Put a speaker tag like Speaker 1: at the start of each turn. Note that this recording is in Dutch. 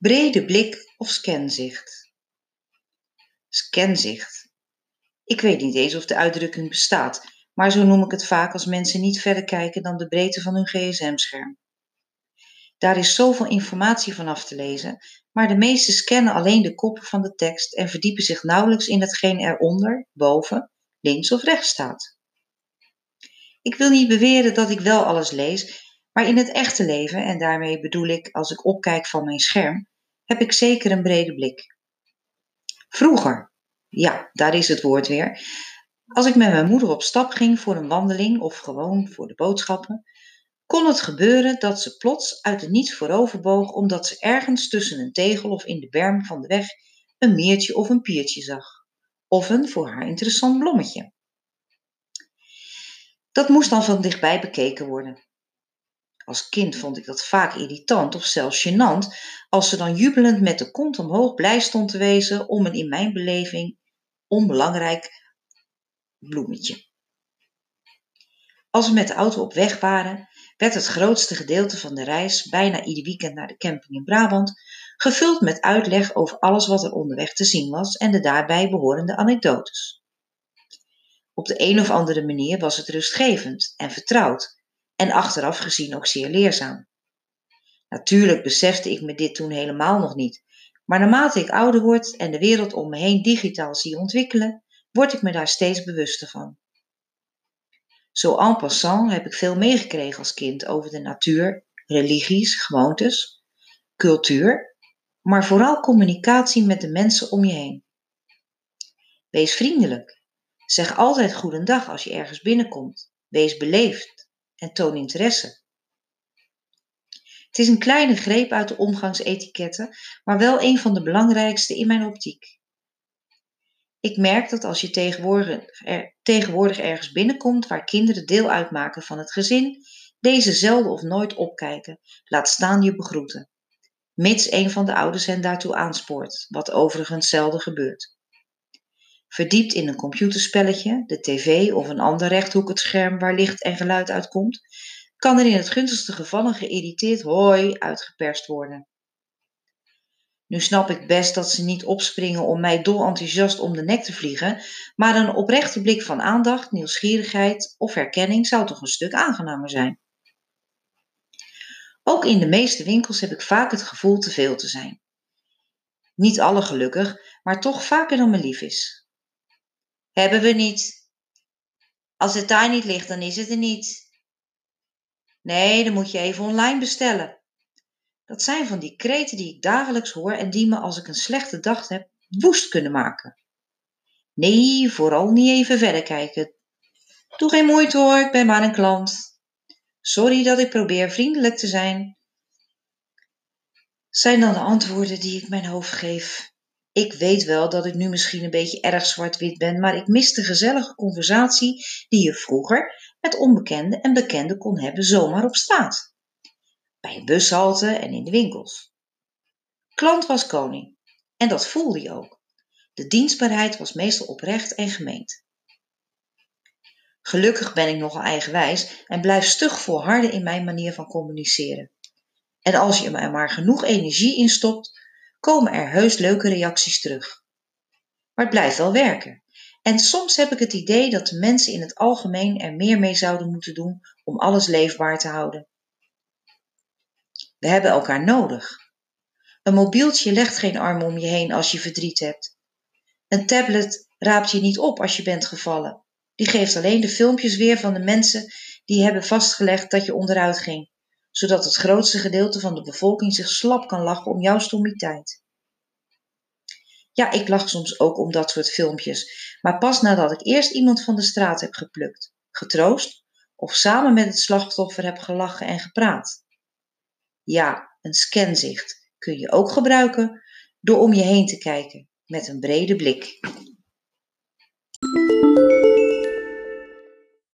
Speaker 1: Brede blik of scanzicht? Scanzicht. Ik weet niet eens of de uitdrukking bestaat, maar zo noem ik het vaak als mensen niet verder kijken dan de breedte van hun gsm-scherm. Daar is zoveel informatie van af te lezen, maar de meesten scannen alleen de koppen van de tekst en verdiepen zich nauwelijks in hetgeen eronder, boven, links of rechts staat. Ik wil niet beweren dat ik wel alles lees, maar in het echte leven, en daarmee bedoel ik als ik opkijk van mijn scherm, heb ik zeker een brede blik. Vroeger, ja, daar is het woord weer, als ik met mijn moeder op stap ging voor een wandeling of gewoon voor de boodschappen, kon het gebeuren dat ze plots uit het niets vooroverboog omdat ze ergens tussen een tegel of in de berm van de weg een miertje of een piertje zag. Of een voor haar interessant bloemetje. Dat moest dan van dichtbij bekeken worden. Als kind vond ik dat vaak irritant of zelfs gênant als ze dan jubelend met de kont omhoog blij stond te wezen om een in mijn beleving onbelangrijk bloemetje. Als we met de auto op weg waren, werd het grootste gedeelte van de reis, bijna ieder weekend naar de camping in Brabant, gevuld met uitleg over alles wat er onderweg te zien was en de daarbij behorende anekdotes. Op de een of andere manier was het rustgevend en vertrouwd en achteraf gezien ook zeer leerzaam. Natuurlijk besefte ik me dit toen helemaal nog niet, maar naarmate ik ouder word en de wereld om me heen digitaal zie ontwikkelen, word ik me daar steeds bewuster van. Zo en passant heb ik veel meegekregen als kind over de natuur, religies, gewoontes, cultuur, maar vooral communicatie met de mensen om je heen. Wees vriendelijk. Zeg altijd goedendag als je ergens binnenkomt. Wees beleefd en toon interesse. Het is een kleine greep uit de omgangsetiketten, maar wel een van de belangrijkste in mijn optiek. Ik merk dat als je tegenwoordig ergens binnenkomt waar kinderen deel uitmaken van het gezin, deze zelden of nooit opkijken, laat staan je begroeten. Mits een van de ouders hen daartoe aanspoort, wat overigens zelden gebeurt. Verdiept in een computerspelletje, de tv of een ander rechthoekig scherm waar licht en geluid uitkomt, kan er in het gunstigste geval een geïrriteerd hoi uitgeperst worden. Nu snap ik best dat ze niet opspringen om mij dolenthousiast om de nek te vliegen, maar een oprechte blik van aandacht, nieuwsgierigheid of herkenning zou toch een stuk aangenamer zijn. Ook in de meeste winkels heb ik vaak het gevoel te veel te zijn. Niet alle gelukkig, maar toch vaker dan me lief is. Hebben we niet. Als het daar niet ligt, dan is het er niet. Nee, dan moet je even online bestellen. Dat zijn van die kreten die ik dagelijks hoor en die me, als ik een slechte dag heb, woest kunnen maken. Nee, vooral niet even verder kijken. Doe geen moeite hoor, ik ben maar een klant. Sorry dat ik probeer vriendelijk te zijn. Zijn dan de antwoorden die ik mijn hoofd geef. Ik weet wel dat ik nu misschien een beetje erg zwart-wit ben, maar ik mis de gezellige conversatie die je vroeger met onbekenden en bekenden kon hebben zomaar op straat. Bij een bushalte en in de winkels. Klant was koning en dat voelde je ook. De dienstbaarheid was meestal oprecht en gemeend. Gelukkig ben ik nogal eigenwijs en blijf stug volharden in mijn manier van communiceren. En als je er maar genoeg energie in stopt, komen er heus leuke reacties terug. Maar het blijft wel werken. En soms heb ik het idee dat de mensen in het algemeen er meer mee zouden moeten doen om alles leefbaar te houden. We hebben elkaar nodig. Een mobieltje legt geen arm om je heen als je verdriet hebt. Een tablet raapt je niet op als je bent gevallen. Die geeft alleen de filmpjes weer van de mensen die hebben vastgelegd dat je onderuit ging, zodat het grootste gedeelte van de bevolking zich slap kan lachen om jouw stommiteit. Ja, ik lach soms ook om dat soort filmpjes, maar pas nadat ik eerst iemand van de straat heb geplukt, getroost of samen met het slachtoffer heb gelachen en gepraat. Ja, een scanzicht kun je ook gebruiken door om je heen te kijken met een brede blik.